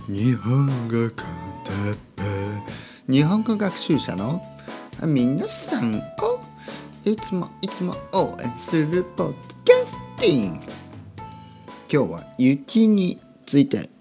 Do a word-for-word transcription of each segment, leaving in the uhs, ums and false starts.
日本語コンテッペイ、日本語学習者の皆さんをいつもいつも応援するポッドキャスティング。今日は雪について。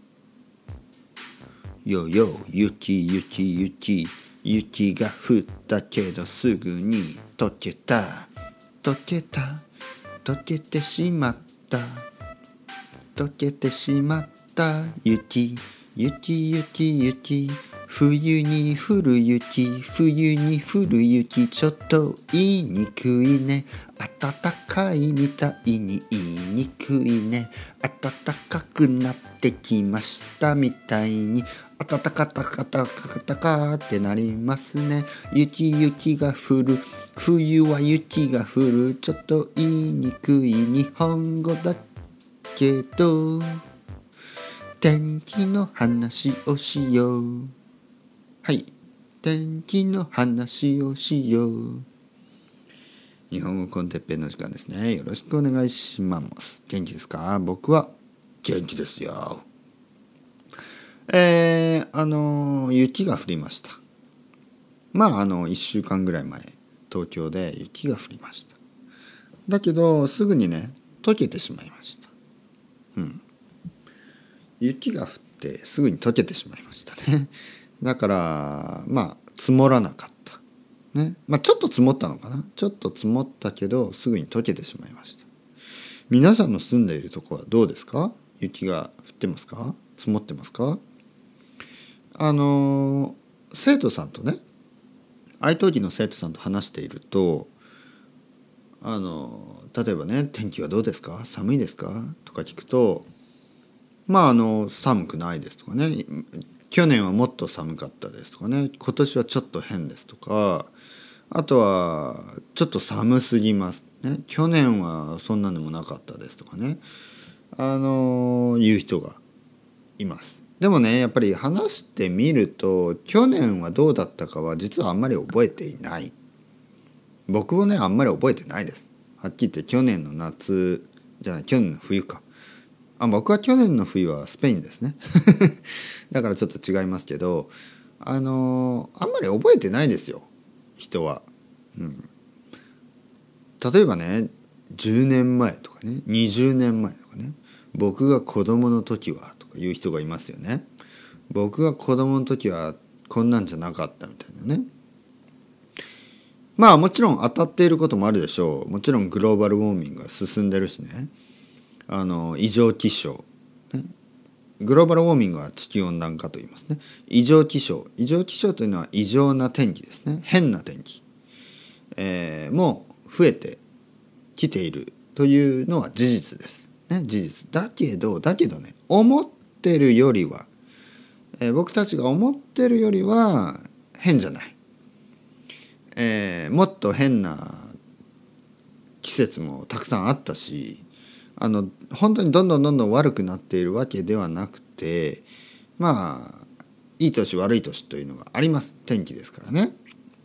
よよ雪雪雪雪が降ったけどすぐに溶けた溶けた溶けてしまった溶けてしまった雪雪雪雪冬に降る雪冬に降る雪ちょっと言いにくいね暖かいみたいに言いにくいね暖かくなってきましたみたいに暖かたかたかたかってなりますね雪雪が降る冬は雪が降るちょっと言いにくい日本語だけど天気の話をしよう。はい天気の話をしよう。日本語コンテッペイの時間ですね。よろしくお願いします。元気ですか？僕は元気ですよ。えー、あの雪が降りました。まああのいっしゅうかんぐらい前東京で雪が降りました。だけどすぐにね溶けてしまいました。うん。雪が降ってすぐに溶けてしまいましたね。だからまあ積もらなかった。ね。まあちょっと積もったのかな。ちょっと積もったけどすぐに溶けてしまいました。皆さんの住んでいるところはどうですか？雪が降ってますか？積もってますか？あの生徒さんとね愛登記の生徒さんと話しているとあの例えばね天気はどうですか？寒いですか？とか聞くとまああの寒くないですとかね去年はもっと寒かったですとかね今年はちょっと変ですとかあとはちょっと寒すぎますね去年はそんなのもなかったですとかねあの言う人がいます。でもねやっぱり話してみると去年はどうだったかは実はあんまり覚えていない。僕もねあんまり覚えてないです。はっきり言って去年の夏じゃない去年の冬かあ僕は去年の冬はスペインですねだからちょっと違いますけどあのあんまり覚えてないですよ人は、うん、例えばねじゅうねんまえとかねにじゅうねんまえとかね僕が子供の時はとかいう人がいますよね。僕が子供の時はこんなんじゃなかったみたいなね。まあもちろん当たっていることもあるでしょう。もちろんグローバルウォーミングが進んでるしねあの異常気象、ね、グローバルウォーミングは地球温暖化と言いますね。異常気象異常気象というのは異常な天気ですね。変な天気、えー、もう増えてきているというのは事実です、ね、事実だけどだけどね思ってるよりは、えー、僕たちが思ってるよりは変じゃない、えー、もっと変な季節もたくさんあったしあの本当にどんどんどんどん悪くなっているわけではなくてまあいい年悪い年というのがあります。天気ですからね。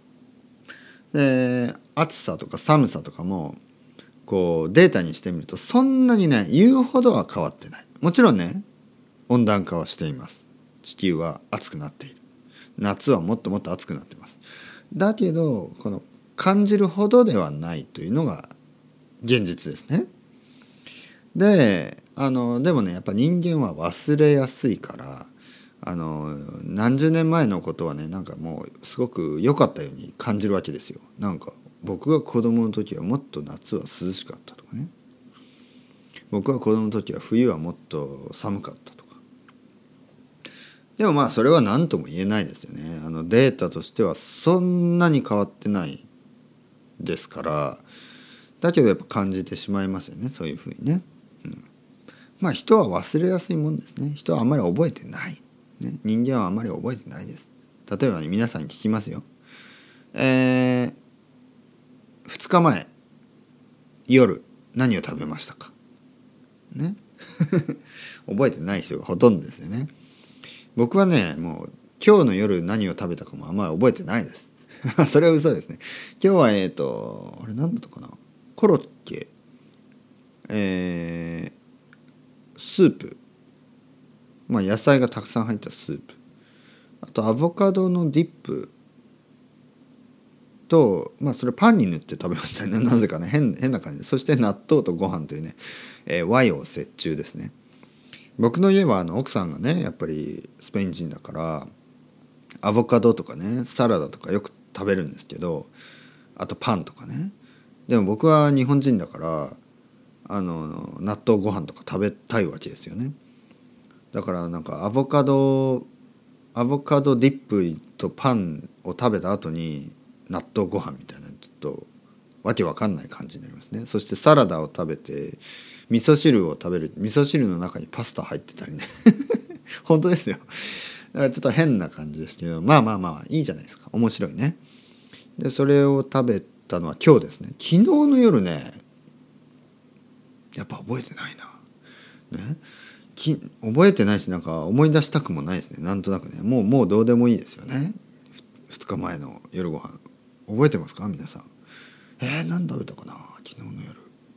で暑さとか寒さとかもこうデータにしてみるとそんなにね言うほどは変わってない。もちろんね温暖化はしています。地球は暑くなっている。夏はもっともっと暑くなっています。だけどこの感じるほどではないというのが現実ですね。であのでもねやっぱ人間は忘れやすいからあの何十年前のことはねなんかもうすごく良かったように感じるわけですよ。なんか僕が子供の時はもっと夏は涼しかったとかね僕が子供の時は冬はもっと寒かったとか。でもまあそれは何とも言えないですよね。あのデータとしてはそんなに変わってないですからだけどやっぱ感じてしまいますよねそういうふうにね。うんまあ人は忘れやすいもんですね。人はあんまり覚えてない、ね、人間はあんまり覚えてないです。例えばね皆さんに聞きますよ。えー、ふつかまえ夜何を食べましたかね覚えてない人がほとんどですよね。僕はねもう今日の夜何を食べたかもあんまり覚えてないですそれは嘘ですね。今日はえっ、ー、とあれ何だったかなコロッケえー、スープまあ野菜がたくさん入ったスープ、あとアボカドのディップと、まあそれパンに塗って食べましたね。なぜかね、変変な感じで。そして納豆とご飯というね、えー、和洋折衷ですね。僕の家はあの奥さんがねやっぱりスペイン人だからアボカドとかねサラダとかよく食べるんですけど、あとパンとかね。でも僕は日本人だからあの納豆ご飯とか食べたいわけですよね。だからなんかアボカドアボカドディップとパンを食べた後に納豆ご飯みたいな、ちょっとわけわかんない感じになりますね。そしてサラダを食べて味噌汁を食べる、味噌汁の中にパスタ入ってたりね本当ですよ。だからちょっと変な感じですけど、まあまあまあいいじゃないですか、面白いね。でそれを食べたのは今日ですね。昨日の夜ね、やっぱ覚えてないな、ね、き覚えてないし、なんか思い出したくもないですね。なんとなくね、もうもうどうでもいいですよね。ふつかまえの夜ご飯覚えてますか皆さん。えー、何食べたかな昨日の夜。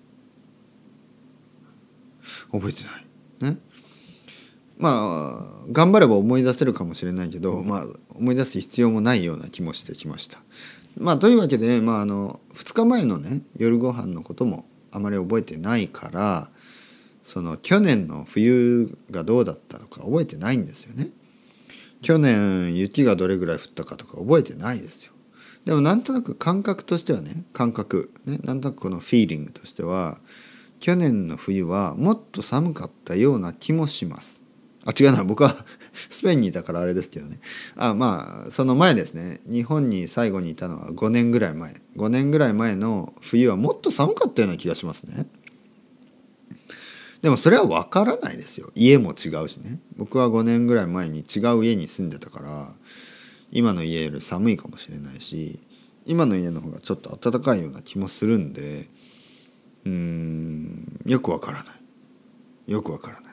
覚えてないね。まあ頑張れば思い出せるかもしれないけど、まあ思い出す必要もないような気もしてきました。まあというわけで、まあ、あのふつかまえのね夜ご飯のこともあまり覚えてないから、その去年の冬がどうだったとか覚えてないんですよね。去年雪がどれぐらい降ったかとか覚えてないですよ。でもなんとなく感覚としてはね、感覚ね、なんとなくこのフィーリングとしては去年の冬はもっと寒かったような気もします。あ、違うな、僕はスペインにいたからあれですけどね。あ、まあその前ですね。日本に最後にいたのはごねんぐらい前。ごねんぐらい前の冬はもっと寒かったような気がしますね。でもそれは分からないですよ。家も違うしね。僕はごねんぐらい前に違う家に住んでたから、今の家より寒いかもしれないし、今の家の方がちょっと暖かいような気もするんで、うーんよく分からないよく分からない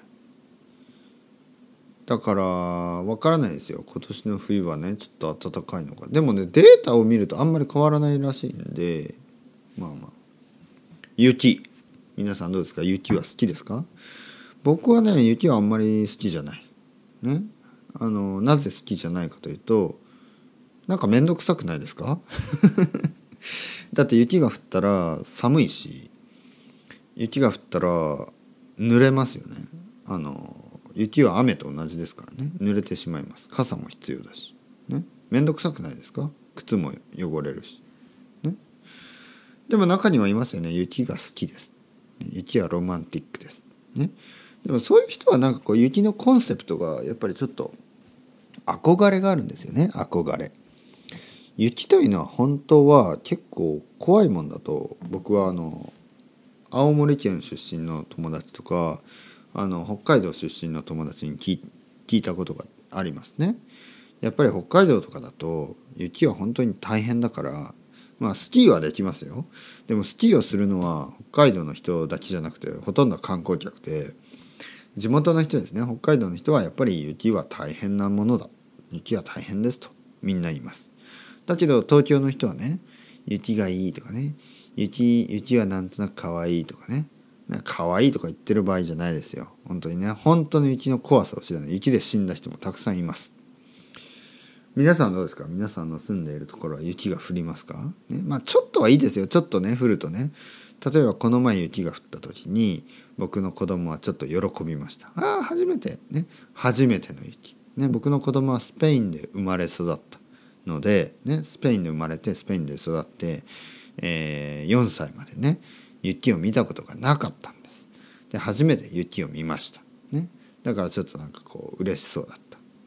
だから分からないですよ。今年の冬はねちょっと暖かいのか。でもねデータを見るとあんまり変わらないらしいんで、まあまあ雪、皆さんどうですか？雪は好きですか？僕はね雪はあんまり好きじゃないね。あのなぜ好きじゃないかというと、なんか面倒くさくないですか？だって雪が降ったら寒いし、雪が降ったら濡れますよね。あの雪は雨と同じですからね、濡れてしまいます。傘も必要だしね。面倒くさくないですか？靴も汚れるし、ね、でも中にはいますよね、雪が好きです。雪はロマンティックです、ね、でもそういう人はなんかこう雪のコンセプトがやっぱりちょっと憧れがあるんですよね。憧れ。雪というのは本当は結構怖いもんだと僕はあの青森県出身の友達とかあの北海道出身の友達に聞い、聞いたことがありますね。やっぱり北海道とかだと雪は本当に大変だから、まあスキーはできますよ。でもスキーをするのは北海道の人だけじゃなくてほとんど観光客で、地元の人ですね、北海道の人はやっぱり雪は大変なものだ、雪は大変ですとみんな言います。だけど東京の人はね、雪がいいとかね、雪、雪はなんとなく可愛いとかね、可愛いとか言ってる場合じゃないですよ。本当にね、本当の雪の怖さを知らない、雪で死んだ人もたくさんいます。皆さんどうですか？皆さんの住んでいるところは雪が降りますか？ね、まあちょっとはいいですよ。ちょっとね降るとね、例えばこの前雪が降った時に僕の子供はちょっと喜びました。ああ初めてね、初めての雪ね。僕の子供はスペインで生まれ育ったので、ね、スペインで生まれてスペインで育って、えー、よんさいまでね雪を見たことがなかったんです。で初めて雪を見ました、ね、だからちょっとなんかこう嬉しそうだった、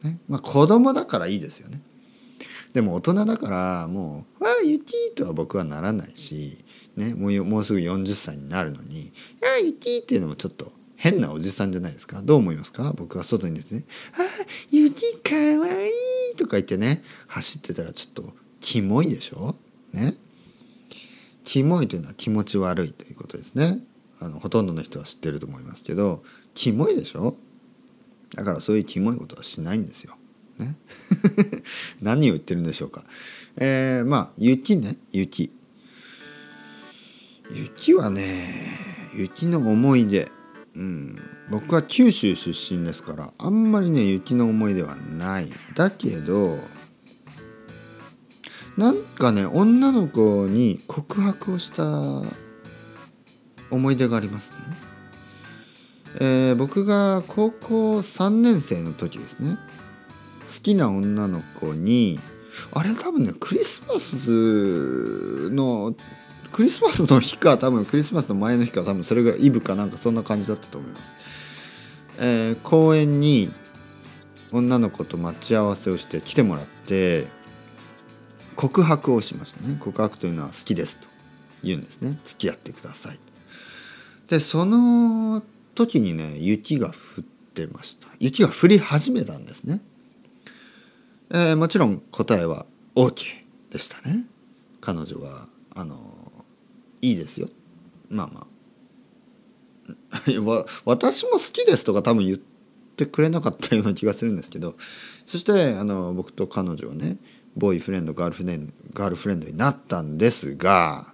ね。まあ子供だからいいですよね。でも大人だからもう「わあ雪」とは僕はならないし、ね、もう、もうすぐよんじゅっさいになるのに「ああ雪」っていうのもちょっと変なおじさんじゃないですか。どう思いますか？僕が外に出てね「ああ雪かわいい」とか言ってね走ってたらちょっとキモいでしょね。キモいというのは気持ち悪いということですね。あのほとんどの人は知ってると思いますけど、キモいでしょ。だからそういうキモいことはしないんですよ、ね、何を言ってるんでしょうか。えー、まあ雪ね、雪雪はね、雪の思い出、うん、 僕は九州出身ですからあんまりね雪の思い出はない。だけどなんかね女の子に告白をした思い出がありますね。えー、僕が高校さんねん生の時ですね、好きな女の子にあれ多分ねクリスマスのクリスマスの日か多分クリスマスの前の日か多分それぐらいイブかなんかそんな感じだったと思います。えー、公園に女の子と待ち合わせをして来てもらって告白をしましたね。告白というのは好きですと言うんですね。付き合ってください。でその時にね雪が降ってました。雪が降り始めたんですね。えー、もちろん答えは オーケー でしたね。彼女はあのいいですよ、まあまあ私も好きですとか多分言ってくれなかったような気がするんですけど、そしてあの僕と彼女はねボーイフレンドガールフレンドガールフレンドになったんですが、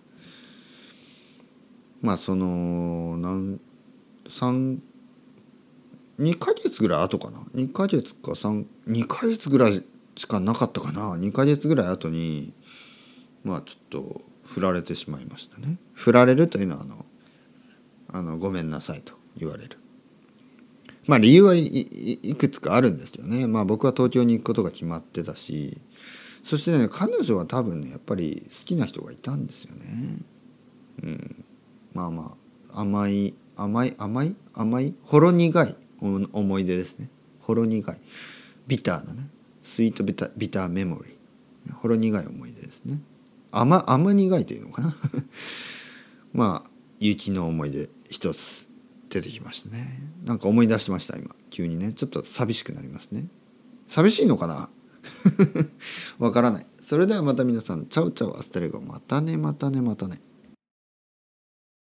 まあそのなん3 にかげつぐらい後かな、にかげつかさん にかげつぐらいしかなかったかな、にかげつぐらい後にまあちょっと振られてしまいましたね。振られるというのはあのあのごめんなさいと言われる。まあ理由はい、い、いくつかあるんですよね。まあ僕は東京に行くことが決まってたし、そしてね彼女は多分ねやっぱり好きな人がいたんですよね。うん、まあまあ甘い甘い甘い甘いほろ苦い思い出ですね。ほろ苦いビターなねスイートビタビターメモリー、ほろ苦い思い出ですね。甘甘苦いというのかなまあ雪の思い出一つ出てきましたね。なんか思い出しました今急にね。ちょっと寂しくなりますね。寂しいのかなわからない。それではまた皆さんチャウチャウアスタレゴ、またねまたねまたね。